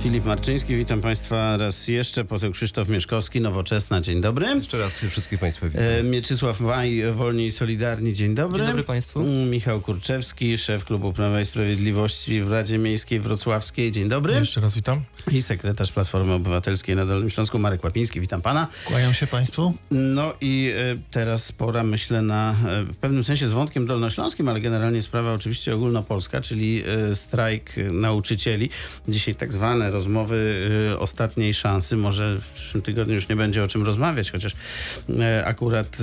Filip Marczyński, witam Państwa raz jeszcze. Poseł Krzysztof Mieszkowski, Nowoczesna, dzień dobry. Jeszcze raz wszystkich Państwa witam. Mieczysław Maj, Wolni i Solidarni, dzień dobry. Dzień dobry Państwu. Michał Kurczewski, szef Klubu Prawa i Sprawiedliwości w Radzie Miejskiej Wrocławskiej, dzień dobry. Jeszcze raz witam. I sekretarz Platformy Obywatelskiej na Dolnym Śląsku, Marek Łapiński, witam Pana. Kłaniam się Państwu. No i teraz pora, myślę, na w pewnym sensie z wątkiem dolnośląskim, ale generalnie sprawa oczywiście ogólnopolska, czyli strajk nauczycieli. Dzisiaj tak zwane rozmowy ostatniej szansy. Może w przyszłym tygodniu już nie będzie o czym rozmawiać, chociaż akurat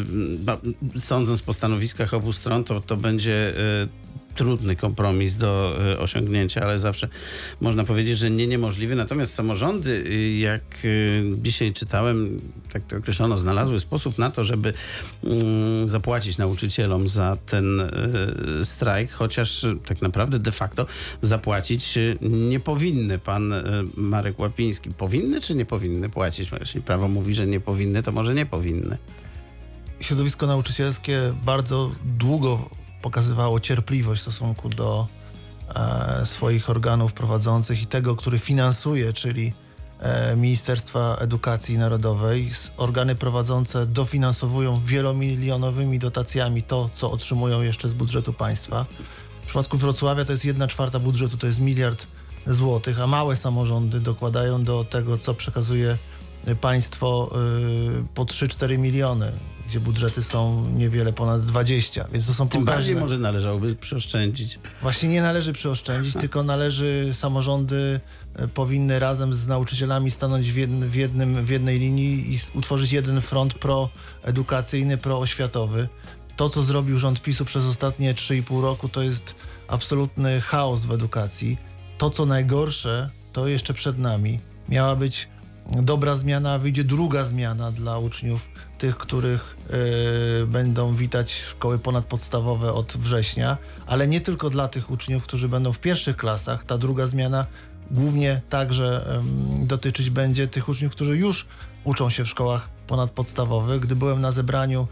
sądząc po stanowiskach obu stron, to będzie trudny kompromis do osiągnięcia, ale zawsze można powiedzieć, że nie niemożliwy. Natomiast samorządy, jak dzisiaj czytałem, tak to określono, znalazły sposób na to, żeby zapłacić nauczycielom za ten strajk, chociaż tak naprawdę de facto zapłacić nie powinny. Pan Marek Łapiński, powinny czy nie powinny płacić? Jeśli prawo mówi, że nie powinny, to może nie powinny. Środowisko nauczycielskie bardzo długo pokazywało cierpliwość w stosunku do swoich organów prowadzących i tego, który finansuje, czyli Ministerstwa Edukacji Narodowej. Organy prowadzące dofinansowują wielomilionowymi dotacjami to, co otrzymują jeszcze z budżetu państwa. W przypadku Wrocławia to jest 1/4 budżetu, to jest 1 miliard złotych, a małe samorządy dokładają do tego, co przekazuje państwo, po 3-4 miliony, gdzie budżety są niewiele ponad 20, więc to są Tym pokaźne. bardziej może należałoby przeoszczędzić. Właśnie nie należy przeoszczędzić, tylko samorządy powinny razem z nauczycielami stanąć w jednej linii i utworzyć jeden front proedukacyjny, prooświatowy. To, co zrobił rząd PiS-u przez ostatnie 3,5 roku, to jest absolutny chaos w edukacji. To, co najgorsze, to jeszcze przed nami. Miała być dobra zmiana, a wyjdzie druga zmiana dla uczniów, tych, których będą witać szkoły ponadpodstawowe od września, ale nie tylko dla tych uczniów, którzy będą w pierwszych klasach. Ta druga zmiana głównie także dotyczyć będzie tych uczniów, którzy już uczą się w szkołach ponadpodstawowych. Gdy byłem na zebraniu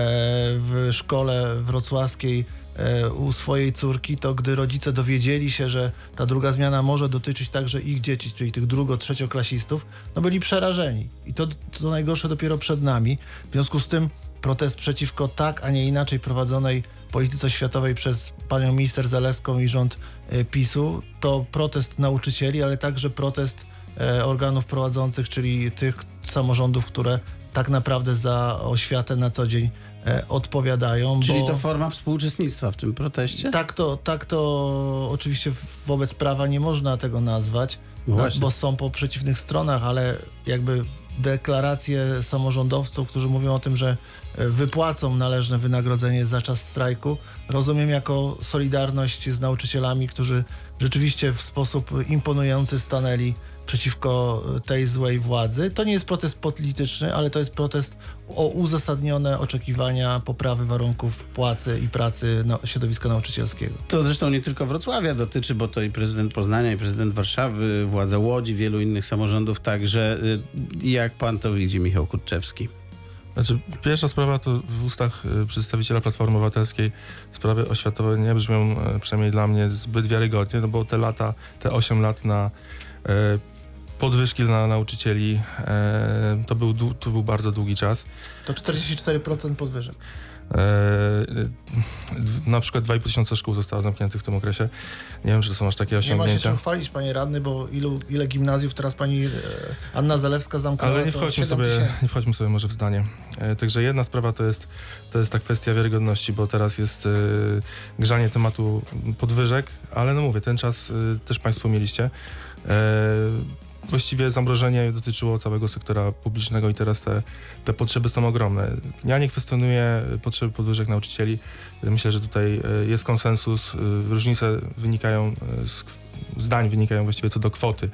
w szkole wrocławskiej u swojej córki, to gdy rodzice dowiedzieli się, że ta druga zmiana może dotyczyć także ich dzieci, czyli tych trzecioklasistów, no byli przerażeni. I to najgorsze dopiero przed nami. W związku z tym protest przeciwko tak, a nie inaczej prowadzonej polityce oświatowej przez panią minister Zalewską i rząd PiS-u to protest nauczycieli, ale także protest organów prowadzących, czyli tych samorządów, które tak naprawdę za oświatę na co dzień odpowiadają. Czyli to forma współuczestnictwa w tym proteście? Tak to oczywiście wobec prawa nie można tego nazwać, bo są po przeciwnych stronach, ale jakby deklaracje samorządowców, którzy mówią o tym, że wypłacą należne wynagrodzenie za czas strajku, rozumiem jako solidarność z nauczycielami, którzy rzeczywiście w sposób imponujący stanęli przeciwko tej złej władzy. To nie jest protest polityczny, ale to jest protest o uzasadnione oczekiwania poprawy warunków płacy i pracy środowiska nauczycielskiego. To zresztą nie tylko Wrocławia dotyczy, bo to i prezydent Poznania, i prezydent Warszawy, władze Łodzi, wielu innych samorządów także. Jak pan to widzi, Michał Kurczewski? Znaczy, pierwsza sprawa to w ustach przedstawiciela Platformy Obywatelskiej sprawy oświatowe nie brzmią, przynajmniej dla mnie, zbyt wiarygodnie, no bo te 8 lat na podwyżki dla nauczycieli, to był bardzo długi czas. To 44% podwyżek. Na przykład 2500 szkół zostało zamkniętych w tym okresie. Nie wiem, czy to są aż takie osiągnięcia. Nie ma się czym chwalić, panie radny, bo ile gimnazjów teraz pani Anna Zalewska zamknęła? Ale nie wchodźmy sobie może w zdanie. Także jedna sprawa to jest ta kwestia wiarygodności, bo teraz jest grzanie tematu podwyżek, ale no mówię, ten czas też państwo mieliście. Właściwie zamrożenie dotyczyło całego sektora publicznego i teraz te potrzeby są ogromne. Ja nie kwestionuję potrzeby podwyżek nauczycieli. Myślę, że tutaj jest konsensus. Różnice wynikają zdań wynikają właściwie co do kwoty.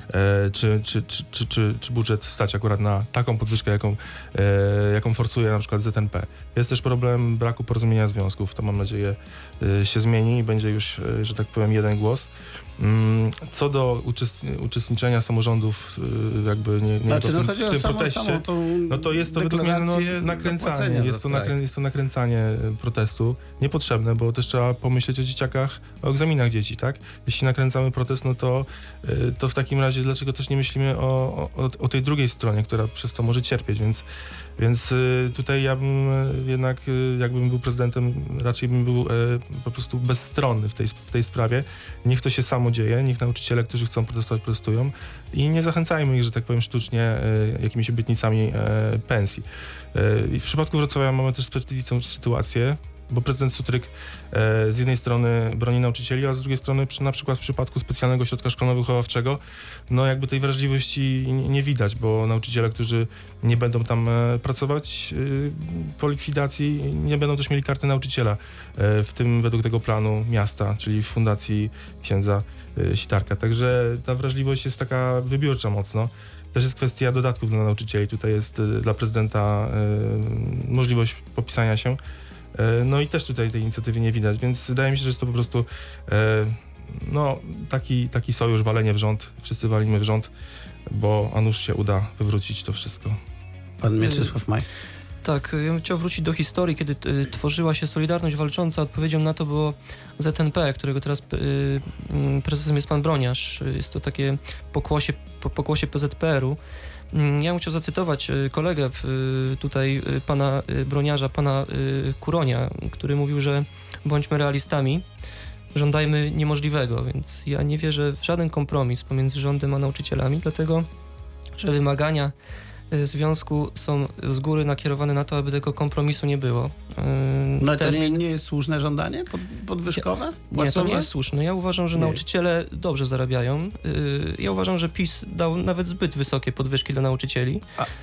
Czy budżet stać akurat na taką podwyżkę, jaką forsuje na przykład ZNP. Jest też problem braku porozumienia związków. To mam nadzieję się zmieni i będzie już, że tak powiem, jeden głos. Co do uczestniczenia samorządów jakby chodzi o w tym proteście, no to jest to według mnie nakręcanie. Jest to nakręcanie protestu. Niepotrzebne, bo też trzeba pomyśleć o dzieciakach, o egzaminach dzieci, tak? Jeśli nakręcamy protest, no to w takim razie dlaczego też nie myślimy o tej drugiej stronie, która przez to może cierpieć, więc tutaj ja bym jednak, jakbym był prezydentem, raczej bym był po prostu bezstronny w tej sprawie. Niech to się samo dzieje, niech nauczyciele, którzy chcą protestować, protestują i nie zachęcajmy ich, że tak powiem, sztucznie jakimiś obietnicami pensji. I w przypadku Wrocławia mamy też specyficzną sytuację, bo prezydent Sutryk z jednej strony broni nauczycieli, a z drugiej strony na przykład w przypadku specjalnego ośrodka szkolno-wychowawczego no jakby tej wrażliwości nie widać, bo nauczyciele, którzy nie będą tam pracować po likwidacji, nie będą też mieli karty nauczyciela, w tym według tego planu miasta, czyli w Fundacji Księdza Sitarka. Także ta wrażliwość jest taka wybiórcza mocno. Też jest kwestia dodatków dla nauczycieli. Tutaj jest dla prezydenta możliwość popisania się. No i też tutaj tej inicjatywy nie widać, więc wydaje mi się, że jest to po prostu taki sojusz, walenie w rząd. Wszyscy walimy w rząd, bo a nuż się uda wywrócić to wszystko. Pan Mieczysław Maj. Tak, ja bym chciał wrócić do historii, kiedy tworzyła się Solidarność Walcząca. Odpowiedzią na to było ZNP, którego teraz prezesem jest pan Broniarz. Jest to takie pokłosie PZPR-u. Ja bym chciał zacytować kolegę tutaj, pana Broniarza, pana Kuronia, który mówił, że bądźmy realistami, żądajmy niemożliwego, więc ja nie wierzę w żaden kompromis pomiędzy rządem a nauczycielami, dlatego że wymagania związku są z góry nakierowane na to, aby tego kompromisu nie było. No to nie jest słuszne żądanie podwyżkowe? Nie, to nie jest słuszne. Ja uważam, że nauczyciele dobrze zarabiają. Ja uważam, że PiS dał nawet zbyt wysokie podwyżki dla nauczycieli.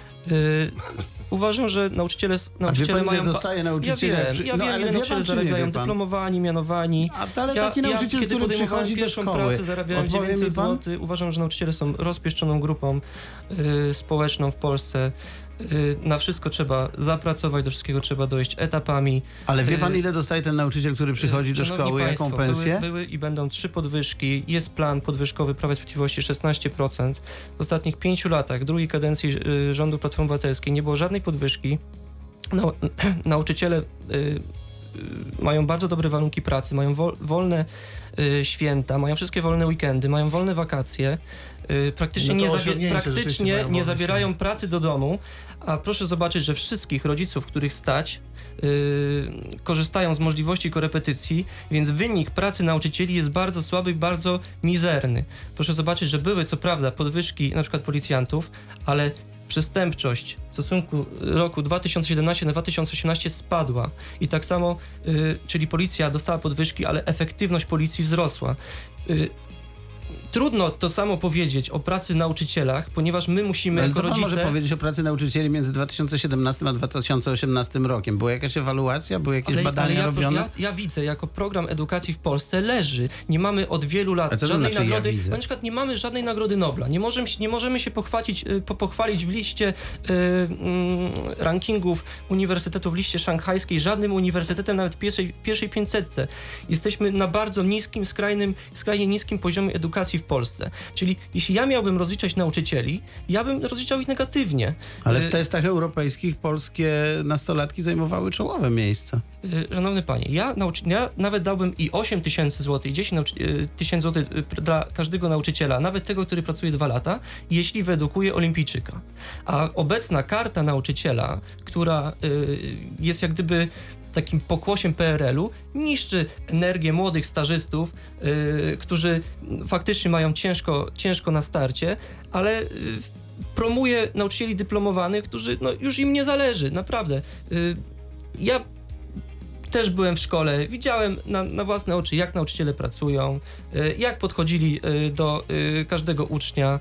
Uważam, że nauczyciele mają... Ja wiem, ile nauczyciele zarabiają, dyplomowani, mianowani. Ale taki nauczyciel, kiedy który podejmowałem przychodzi pierwszą do szkoły, pracę, zarabiałem 900 zł. Uważam, że nauczyciele są rozpieszczoną grupą społeczną w Polsce. Na wszystko trzeba zapracować, do wszystkiego trzeba dojść etapami. Ale wie pan, ile dostaje ten nauczyciel, który przychodzi do szkoły, jaką pensję? Były i będą 3 podwyżki. Jest plan podwyżkowy Prawa i Sprawiedliwości 16%. W ostatnich 5 latach, drugiej kadencji rządu Platformy Obywatelskiej nie było żadnej podwyżki. Nauczyciele mają bardzo dobre warunki pracy, mają wolne święta, mają wszystkie wolne weekendy, mają wolne wakacje. Praktycznie nie zabierają pracy do domu, a proszę zobaczyć, że wszystkich rodziców, których stać, korzystają z możliwości korepetycji, więc wynik pracy nauczycieli jest bardzo słaby i bardzo mizerny. Proszę zobaczyć, że były co prawda podwyżki na przykład policjantów, ale przestępczość w stosunku roku 2017 na 2018 spadła i tak samo, czyli policja dostała podwyżki, ale efektywność policji wzrosła. Trudno to samo powiedzieć o pracy nauczycielach, ponieważ my musimy jako rodzice... Co pan może powiedzieć o pracy nauczycieli między 2017 a 2018 rokiem? Była jakaś ewaluacja? Były jakieś badania robione? Ja widzę, jako program edukacji w Polsce leży. Nie mamy od wielu lat żadnej nagrody. Na przykład nie mamy żadnej nagrody Nobla. Nie możemy się pochwalić w liście rankingów uniwersytetów, w liście szanghajskiej, żadnym uniwersytetem, nawet w pierwszej 500. Jesteśmy na bardzo niskim, skrajnie niskim poziomie edukacji w Polsce. Czyli jeśli ja miałbym rozliczać nauczycieli, ja bym rozliczał ich negatywnie. Ale w testach europejskich polskie nastolatki zajmowały czołowe miejsca. Szanowny panie, ja nawet dałbym i 8 tysięcy złotych, i 10 tysięcy złotych dla każdego nauczyciela, nawet tego, który pracuje 2 lata, jeśli wyedukuje olimpijczyka. A obecna karta nauczyciela, która jest jak gdyby takim pokłosiem PRL-u, niszczy energię młodych stażystów, którzy faktycznie mają ciężko na starcie, ale promuje nauczycieli dyplomowanych, którzy już im nie zależy, naprawdę. Ja też byłem w szkole, widziałem na własne oczy, jak nauczyciele pracują, jak podchodzili do każdego ucznia.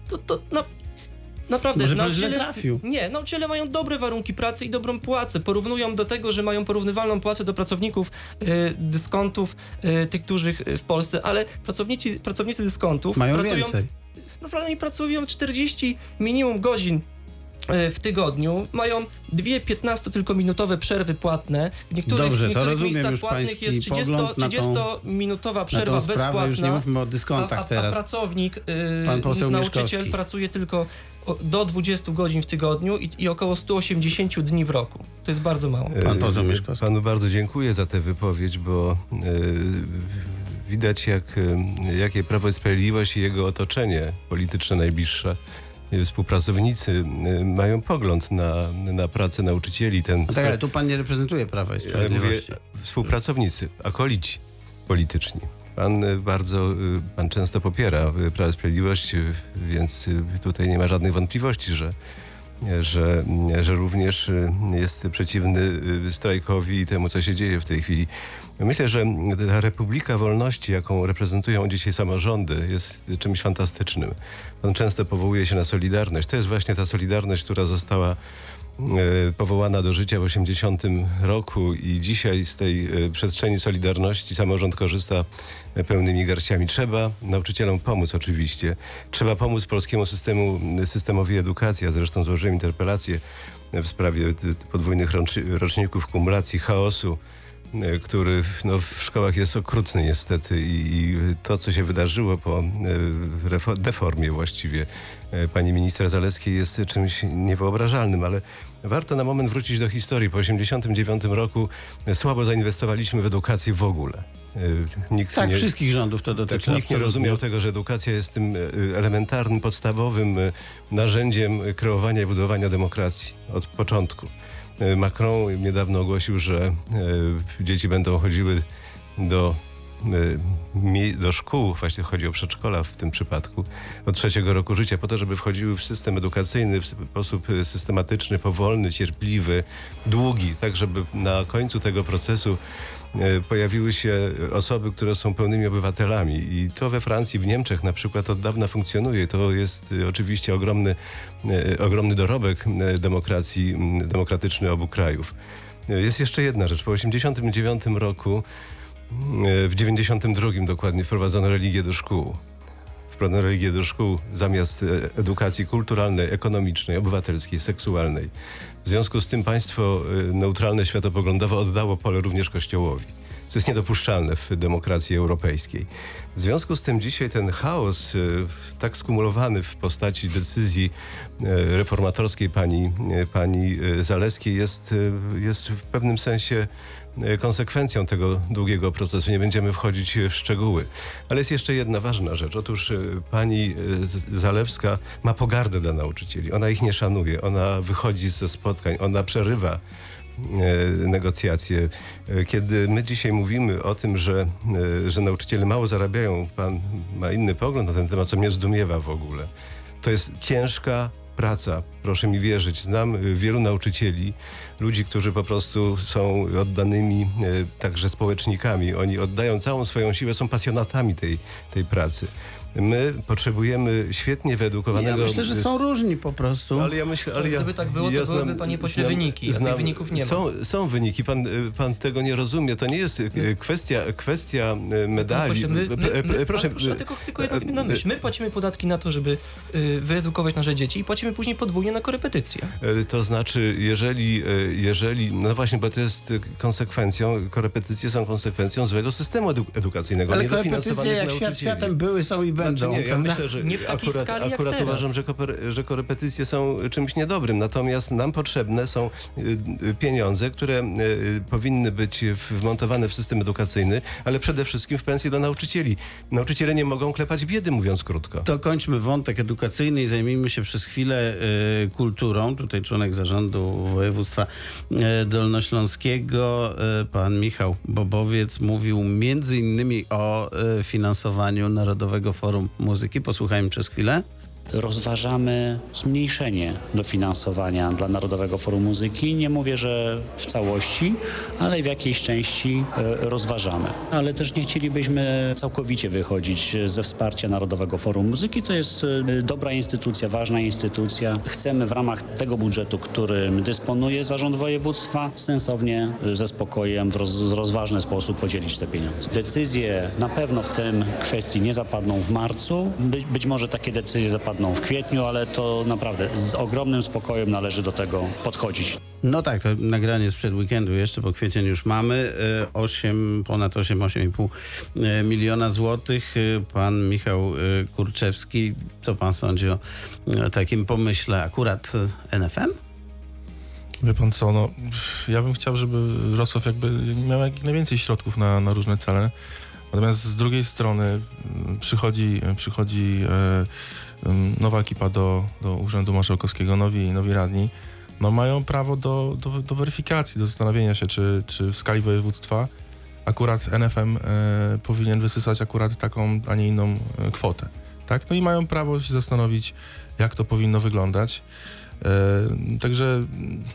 Naprawdę, nauczyciele mają dobre warunki pracy i dobrą płacę. Porównują do tego, że mają porównywalną płacę do pracowników dyskontów, tych dużych w Polsce, ale pracownicy dyskontów mają więcej. Naprawdę oni pracują 40 minimum godzin w tygodniu. Mają 2 15 tylko minutowe przerwy płatne. W niektórych, Dobrze, to niektórych rozumiem miejscach już płatnych pański jest pogląd na tą- 30-minutowa przerwa na tą sprawę, bezpłatna. już nie mówmy o dyskontach a teraz. pracownik, Pan poseł nauczyciel Mieszkowski. pracuje tylko do 20 godzin w tygodniu i około 180 dni w roku. To jest bardzo mało. Pan poseł Mieszkowski. Panu bardzo dziękuję za tę wypowiedź, bo widać jakie Prawo i Sprawiedliwość i jego otoczenie polityczne najbliższe, współpracownicy mają pogląd na pracę nauczycieli. Tak, ale tu pan nie reprezentuje Prawa i Mówię Sprawiedliwości. współpracownicy, akolici polityczni. Pan często popiera Prawo i Sprawiedliwość, więc tutaj nie ma żadnych wątpliwości, że również jest przeciwny strajkowi i temu, co się dzieje w tej chwili. Myślę, że ta Republika Wolności, jaką reprezentują dzisiaj samorządy, jest czymś fantastycznym. Pan często powołuje się na Solidarność. To jest właśnie ta Solidarność, która została powołana do życia w 80 roku i dzisiaj z tej przestrzeni Solidarności samorząd korzysta pełnymi garściami. Trzeba nauczycielom pomóc oczywiście. Trzeba pomóc polskiemu systemowi edukacji. Ja zresztą złożyłem interpelację w sprawie podwójnych roczników kumulacji, chaosu, który w szkołach jest okrutny niestety i to, co się wydarzyło po deformie właściwie pani ministra Zalewskiej jest czymś niewyobrażalnym, ale warto na moment wrócić do historii. Po 1989 roku słabo zainwestowaliśmy w edukację w ogóle. Wszystkich rządów to dotyczy. Nikt nie rozumiał tego, że edukacja jest tym elementarnym, podstawowym narzędziem kreowania i budowania demokracji od początku. Macron niedawno ogłosił, że dzieci będą chodziły do szkół, właśnie chodzi o przedszkola w tym przypadku, od 3 roku życia, po to, żeby wchodziły w system edukacyjny w sposób systematyczny, powolny, cierpliwy, długi, tak żeby na końcu tego procesu pojawiły się osoby, które są pełnymi obywatelami. I to we Francji, w Niemczech na przykład od dawna funkcjonuje. To jest oczywiście ogromny dorobek demokracji, demokratyczny obu krajów. Jest jeszcze jedna rzecz. Po 1989 roku, w 1992 dokładnie, wprowadzono religię do szkół. Wprowadzono religię do szkół zamiast edukacji kulturalnej, ekonomicznej, obywatelskiej, seksualnej. W związku z tym państwo neutralne światopoglądowo oddało pole również Kościołowi, co jest niedopuszczalne w demokracji europejskiej. W związku z tym dzisiaj ten chaos tak skumulowany w postaci decyzji reformatorskiej pani Zalewskiej jest w pewnym sensie konsekwencją tego długiego procesu. Nie będziemy wchodzić w szczegóły. Ale jest jeszcze jedna ważna rzecz. Otóż pani Zalewska ma pogardę dla nauczycieli. Ona ich nie szanuje. Ona wychodzi ze spotkań. Ona przerywa negocjacje. Kiedy my dzisiaj mówimy o tym, że nauczyciele mało zarabiają, pan ma inny pogląd na ten temat, co mnie zdumiewa w ogóle. To jest ciężka praca, proszę mi wierzyć. Znam wielu nauczycieli, ludzi, którzy po prostu są oddanymi także społecznikami. Oni oddają całą swoją siłę, są pasjonatami tej pracy. My potrzebujemy świetnie wyedukowanego... Ja myślę, że są różni po prostu. Ale ja myślę, Gdyby tak było, to byłyby, panie pośle, wyniki. A tych wyników nie ma. Są wyniki. Pan tego nie rozumie. To nie jest kwestia medali. Proszę, tylko jedną myśl. My płacimy podatki na to, żeby wyedukować nasze dzieci i płacimy później podwójnie na korepetycje. To znaczy, jeżeli no właśnie, bo to jest konsekwencją, korepetycje są konsekwencją złego systemu edukacyjnego. Ale korepetycje jak świat światem były, są i będą. Znaczy nie, ja myślę, że nie w takiej skali jak akurat teraz. uważam, że korepetycje są czymś niedobrym. Natomiast nam potrzebne są pieniądze, które powinny być wmontowane w system edukacyjny, ale przede wszystkim w pensje dla nauczycieli. Nauczyciele nie mogą klepać biedy, mówiąc krótko. To kończmy wątek edukacyjny i zajmijmy się przez chwilę kulturą. Tutaj członek zarządu województwa dolnośląskiego, pan Michał Bobowiec, mówił między innymi o finansowaniu Narodowego Forum Muzyki. Posłuchajmy przez chwilę. Rozważamy zmniejszenie dofinansowania dla Narodowego Forum Muzyki. Nie mówię, że w całości, ale w jakiejś części rozważamy. Ale też nie chcielibyśmy całkowicie wychodzić ze wsparcia Narodowego Forum Muzyki. To jest dobra instytucja, ważna instytucja. Chcemy w ramach tego budżetu, którym dysponuje Zarząd Województwa, sensownie, ze spokojem, w rozważny sposób podzielić te pieniądze. Decyzje na pewno w tym kwestii nie zapadną w marcu. Być może takie decyzje zapadną zapadną w kwietniu, ale to naprawdę z ogromnym spokojem należy do tego podchodzić. No tak, to nagranie sprzed weekendu jeszcze, bo kwiecień już mamy. Ponad 8,5 miliona złotych. Pan Michał Kurczewski, co pan sądzi o takim pomyśle akurat NFM? Wie pan co, no, ja bym chciał, żeby Wrocław jakby miał jak najwięcej środków na różne cele. Natomiast z drugiej strony przychodzi nowa ekipa do Urzędu Marszałkowskiego, nowi radni. No, mają prawo do weryfikacji, do zastanowienia się, czy w skali województwa akurat NFM powinien wysysać akurat taką, a nie inną kwotę. Tak? No i mają prawo się zastanowić, jak to powinno wyglądać. Także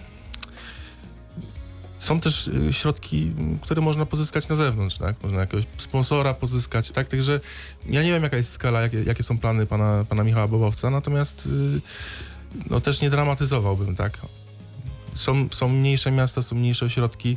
są też środki, które można pozyskać na zewnątrz, tak? Można jakiegoś sponsora pozyskać, tak? Także ja nie wiem, jaka jest skala, jakie są plany pana Michała Bobowca, natomiast no też nie dramatyzowałbym, tak? Są mniejsze miasta, są mniejsze ośrodki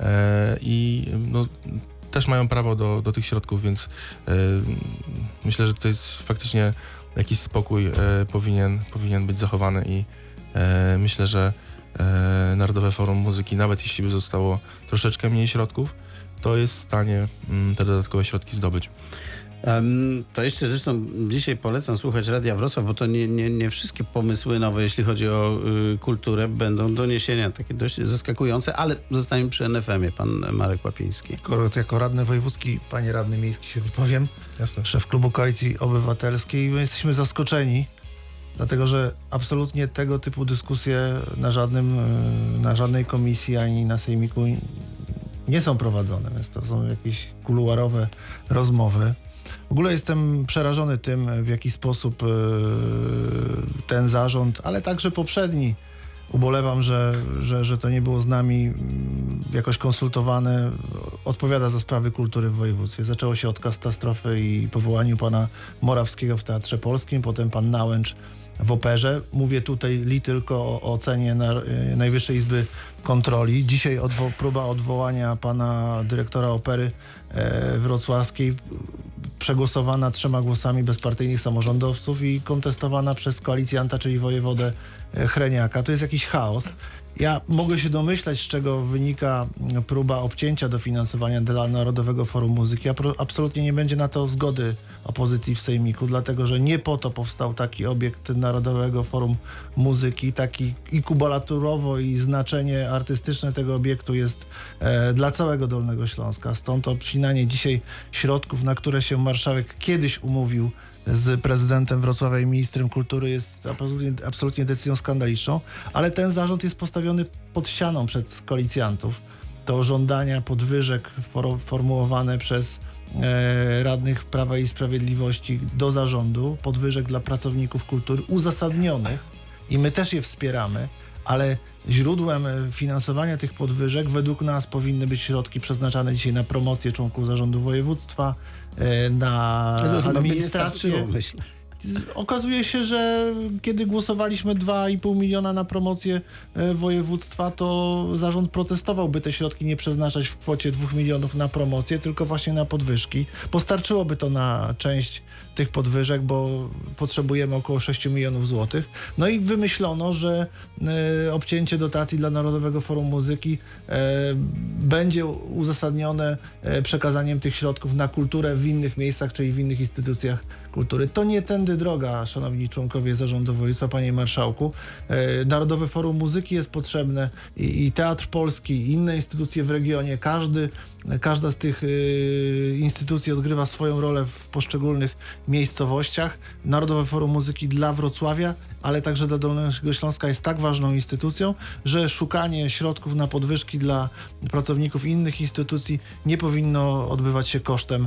i no, też mają prawo do tych środków, więc myślę, że to jest faktycznie jakiś spokój powinien być zachowany i myślę, że Narodowe Forum Muzyki, nawet jeśli by zostało troszeczkę mniej środków, to jest w stanie te dodatkowe środki zdobyć. To jeszcze zresztą dzisiaj polecam słuchać Radia Wrocław, bo to nie wszystkie pomysły nowe, jeśli chodzi o kulturę, będą doniesienia takie dość zaskakujące, ale zostaniemy przy NFM-ie, pan Marek Łapiński. Jako radny wojewódzki, panie radny miejski się wypowiem, Jasne. szef Klubu Koalicji Obywatelskiej, my jesteśmy zaskoczeni, dlatego że absolutnie tego typu dyskusje na żadnej komisji ani na sejmiku nie są prowadzone, więc to są jakieś kuluarowe rozmowy. W ogóle jestem przerażony tym, w jaki sposób ten zarząd, ale także poprzedni, ubolewam, że to nie było z nami jakoś konsultowane, odpowiada za sprawy kultury w województwie. Zaczęło się od katastrofy i powołaniu pana Morawskiego w Teatrze Polskim, potem pan Nałęcz w Operze. Mówię tutaj tylko o ocenie Najwyższej Izby Kontroli. Dzisiaj próba odwołania pana dyrektora Opery Wrocławskiej, przegłosowana 3 głosami bezpartyjnych samorządowców i kontestowana przez koalicjanta, czyli wojewodę Hreniaka. To jest jakiś chaos. Ja mogę się domyślać, z czego wynika próba obcięcia dofinansowania dla Narodowego Forum Muzyki. Absolutnie nie będzie na to zgody opozycji w sejmiku, dlatego że nie po to powstał taki obiekt Narodowego Forum Muzyki. Taki i kubulaturowo, i znaczenie artystyczne tego obiektu jest dla całego Dolnego Śląska. Stąd obcinanie dzisiaj środków, na które się marszałek kiedyś umówił z prezydentem Wrocławia i ministrem kultury, jest absolutnie decyzją skandaliczną, ale ten zarząd jest postawiony pod ścianą przez koalicjantów. To żądania podwyżek formułowane przez radnych Prawa i Sprawiedliwości do zarządu, podwyżek dla pracowników kultury uzasadnionych i my też je wspieramy, ale źródłem finansowania tych podwyżek według nas powinny być środki przeznaczane dzisiaj na promocję członków zarządu województwa, na administrację. Myślę. Okazuje się, że kiedy głosowaliśmy 2,5 miliona na promocję województwa, to zarząd protestował, by te środki nie przeznaczać w kwocie 2 milionów na promocję, tylko właśnie na podwyżki. Postarczyłoby to na część tych podwyżek, bo potrzebujemy około 6 milionów złotych. No i wymyślono, że obcięcie dotacji dla Narodowego Forum Muzyki będzie uzasadnione przekazaniem tych środków na kulturę w innych miejscach, czyli w innych instytucjach kultury. To nie tędy droga, szanowni członkowie zarządu województwa, panie marszałku. Narodowe Forum Muzyki jest potrzebne i Teatr Polski, i inne instytucje w regionie. Każda z tych instytucji odgrywa swoją rolę w poszczególnych miejscowościach. Narodowe Forum Muzyki dla Wrocławia, ale także dla Dolnego Śląska jest tak ważną instytucją, że szukanie środków na podwyżki dla pracowników innych instytucji nie powinno odbywać się kosztem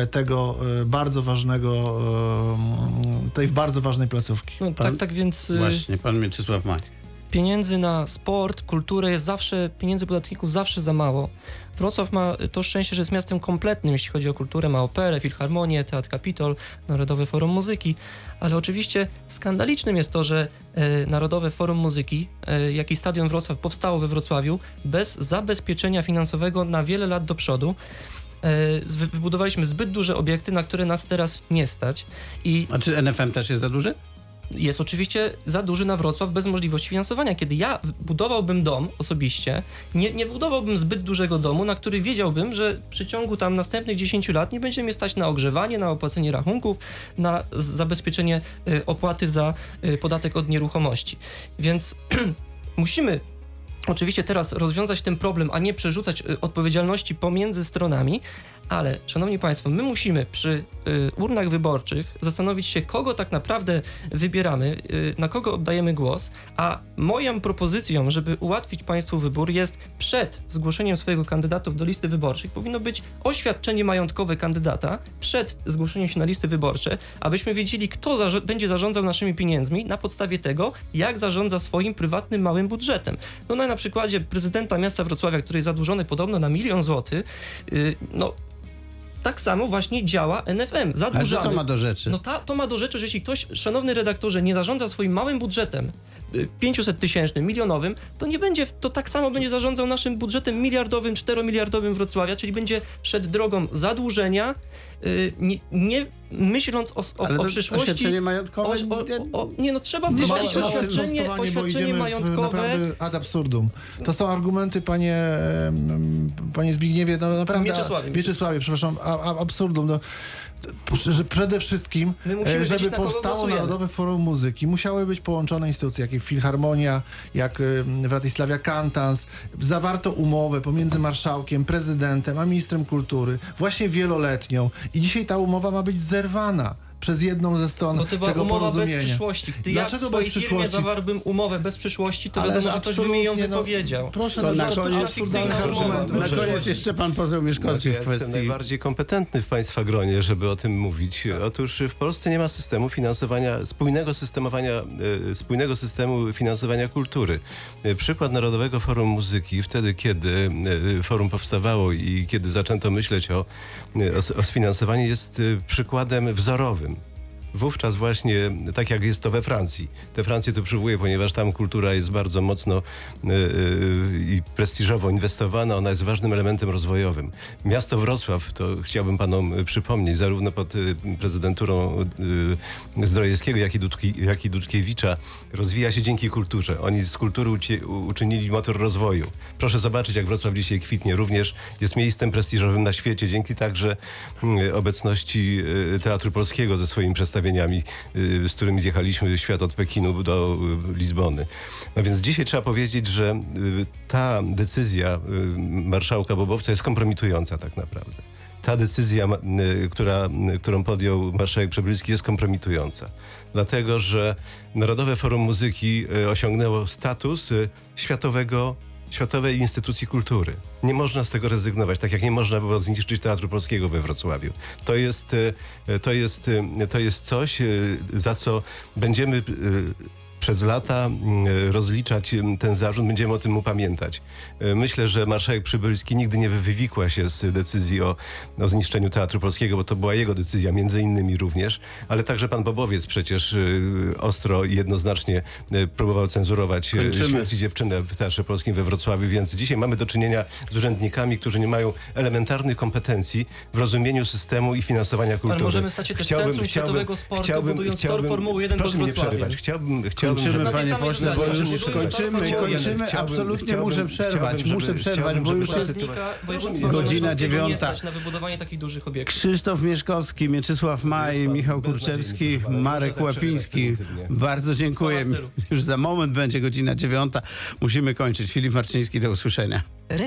tej bardzo ważnej placówki. No, tak więc... Właśnie, pan Mieczysław Mań. Pieniędzy na sport, kulturę jest zawsze, pieniędzy podatników zawsze za mało. Wrocław ma to szczęście, że jest miastem kompletnym, jeśli chodzi o kulturę, ma operę, filharmonię, Teatr Kapitol, Narodowe Forum Muzyki, ale oczywiście skandalicznym jest to, że Narodowe Forum Muzyki, jak i Stadion Wrocław powstało we Wrocławiu bez zabezpieczenia finansowego na wiele lat do przodu. Wybudowaliśmy zbyt duże obiekty, na które nas teraz nie stać. A czy NFM też jest za duży? jest oczywiście za duży na Wrocław bez możliwości finansowania. Kiedy ja budowałbym dom osobiście, nie budowałbym zbyt dużego domu, na który wiedziałbym, że w przeciągu tam następnych 10 lat nie będzie mnie stać na ogrzewanie, na opłacenie rachunków, na zabezpieczenie opłaty za podatek od nieruchomości. Więc musimy oczywiście teraz rozwiązać ten problem, a nie przerzucać odpowiedzialności pomiędzy stronami, ale, szanowni państwo, my musimy przy urnach wyborczych zastanowić się, kogo tak naprawdę wybieramy, na kogo oddajemy głos, a moją propozycją, żeby ułatwić państwu wybór, jest przed zgłoszeniem swojego kandydatów do listy wyborczych powinno być oświadczenie majątkowe kandydata przed zgłoszeniem się na listy wyborcze, abyśmy wiedzieli, kto będzie zarządzał naszymi pieniędzmi na podstawie tego, jak zarządza swoim prywatnym małym budżetem. No na przykładzie prezydenta miasta Wrocławia, który jest zadłużony podobno na 1 000 000 złotych, tak samo właśnie działa NFM. Zadłużamy. Ale co to ma do rzeczy? No to ma do rzeczy, że jeśli ktoś, szanowny redaktorze, nie zarządza swoim małym budżetem 500-tysięcznym, milionowym, to tak samo będzie zarządzał naszym budżetem miliardowym, 4-miliardowym Wrocławia, czyli będzie szedł drogą zadłużenia, nie myśląc o przyszłości. Oświadczenie majątkowe? Trzeba wprowadzić oświadczenie majątkowe. Naprawdę ad absurdum. To są argumenty, panie Zbigniewie, no naprawdę... Mieczysławie, przepraszam, absurdum. No. Że przede wszystkim, żeby powstało Narodowe Forum Muzyki, musiały być połączone instytucje, jak Filharmonia, jak Wratysławia Kantans. Zawarto umowę pomiędzy marszałkiem, prezydentem, a ministrem kultury, właśnie wieloletnią. I dzisiaj ta umowa ma być zerwana przez jedną ze stron tego porozumienia. umowa bez przyszłości. Gdy ja w swojej firmie zawarłbym umowę bez przyszłości, to wiadomo, że ktoś by mi ją wypowiedział. Proszę, to na koniec jeszcze pan poseł Mieszkowski w kwestii... Jestem najbardziej kompetentny w państwa gronie, żeby o tym mówić. Otóż w Polsce nie ma systemu finansowania, spójnego systemu finansowania kultury. Przykład Narodowego Forum Muzyki, wtedy kiedy forum powstawało i kiedy zaczęto myśleć o sfinansowaniu, jest przykładem wzorowym. Wówczas właśnie, tak jak jest to we Francji. Tę Francję tu przywołuję, ponieważ tam kultura jest bardzo mocno i prestiżowo inwestowana. Ona jest ważnym elementem rozwojowym. Miasto Wrocław, to chciałbym panom przypomnieć, zarówno pod prezydenturą Zdrojewskiego, jak i Dudkiewicza, rozwija się dzięki kulturze. Oni z kultury uczynili motor rozwoju. Proszę zobaczyć, jak Wrocław dzisiaj kwitnie. Również jest miejscem prestiżowym na świecie, dzięki także obecności Teatru Polskiego ze swoimi przedstawieniami, z którymi zjechaliśmy świat od Pekinu do Lizbony. No więc dzisiaj trzeba powiedzieć, że ta decyzja marszałka Bobowca jest kompromitująca tak naprawdę. Ta decyzja, którą podjął marszałek Przybylski, jest kompromitująca. Dlatego, że Narodowe Forum Muzyki osiągnęło status światowej instytucji kultury. Nie można z tego rezygnować, tak jak nie można było zniszczyć Teatru Polskiego we Wrocławiu. To jest coś, za co będziemy przez lata rozliczać ten zarzut, będziemy o tym mu pamiętać. Myślę, że marszałek Przybylski nigdy nie wywikła się z decyzji o zniszczeniu Teatru Polskiego, bo to była jego decyzja, między innymi również, ale także pan Bobowiec przecież ostro i jednoznacznie próbował cenzurować Śmierć i dziewczynę w Teatrze Polskim we Wrocławiu, więc dzisiaj mamy do czynienia z urzędnikami, którzy nie mają elementarnych kompetencji w rozumieniu systemu i finansowania kultury. Ale możemy stać się też centrum światowego sportu, budując tor Formuły 1 pod Wrocławiem. Proszę nie przerywać. Kończymy, panie pośle, bo już kończymy. Absolutnie muszę przerwać, bo już jest godzina 9. Na wybudowanie takich dużych obiektów. Krzysztof Mieszkowski, Mieczysław Maj, Michał Kurczewski, Marek Łapiński. Bardzo dziękuję. Już za moment będzie godzina 9. Musimy kończyć. Filip Marczyński, do usłyszenia.